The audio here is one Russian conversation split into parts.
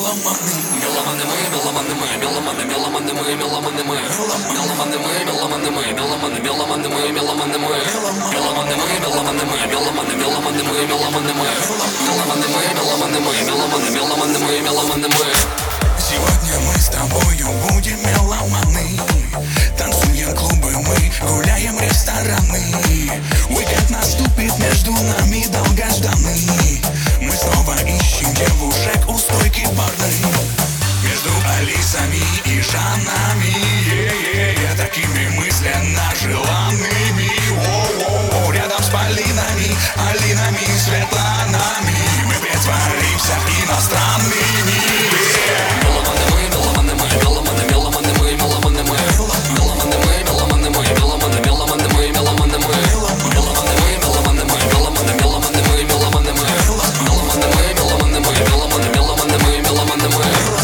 меломаны. Меломаны мы, меломаны мы, меломаны, меломаны мы, меломаны мы. Меломаны мы, меломаны мы, меломаны, меломаны мы, меломаны мы. Меломаны мы, меломаны мы, меломаны, меломаны мы, меломаны мы. Меломаны мы, меломаны мы, меломаны, меломаны мы, меломаны мы. Сегодня мы с тобою будем меломаны. Танцуем клубы мы, гуляем рестораны. Уикенд наступит, между нами долгожданный. Мы снова ищем девушек у стойки барной. Между Алисами и Жаннами, такими мысленно желанными. Рядом с Полинами, Алинами, Светланами мы притворимся иностранными. Меломаны мы, меломаны мы, меломаны, меломаны мы, меломаны мы. Меломаны мы, меломаны мы, меломаны, меломаны мы, меломаны мы. Меломаны мы, меломаны мы, меломаны, меломаны мы, меломаны мы. Меломаны мы, меломаны мы, меломаны, меломаны мы, меломаны мы.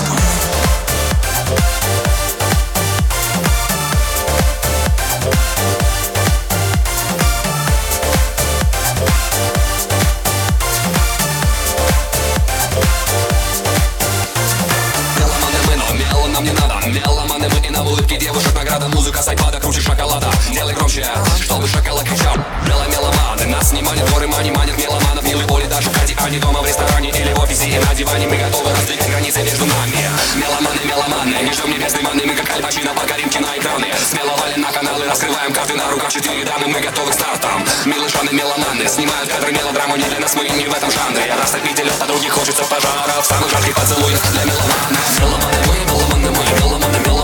Нам не надо, меломаны мы и на улыбке девушек награда. Музыка с айпада круче шоколада. Делай громче, чтобы шоколад кричал. Меломаны, нас не манит, горы мани манит меломанов. Милый Оли, даже Кати, они дома в ресторане или в офисе и на диване. Мы готовы раздвигать границы между нами. Меломаны, меломаны, не ждем небесной маны. Мы как Аль Пачино покорим киноэкраны. Смело валим на каналы, раскрываем карты на руках 4 дамы. Мы готовы к стартам. Милышаны, меломаны, снимают кадры мелодраму. Не для нас, мы не в этом жанре. Растопить лед, а других хочется пожаров. Самых жарких поцелуев для меломанов. Меломаны мы, меломаны мы, меломаны, меломаны.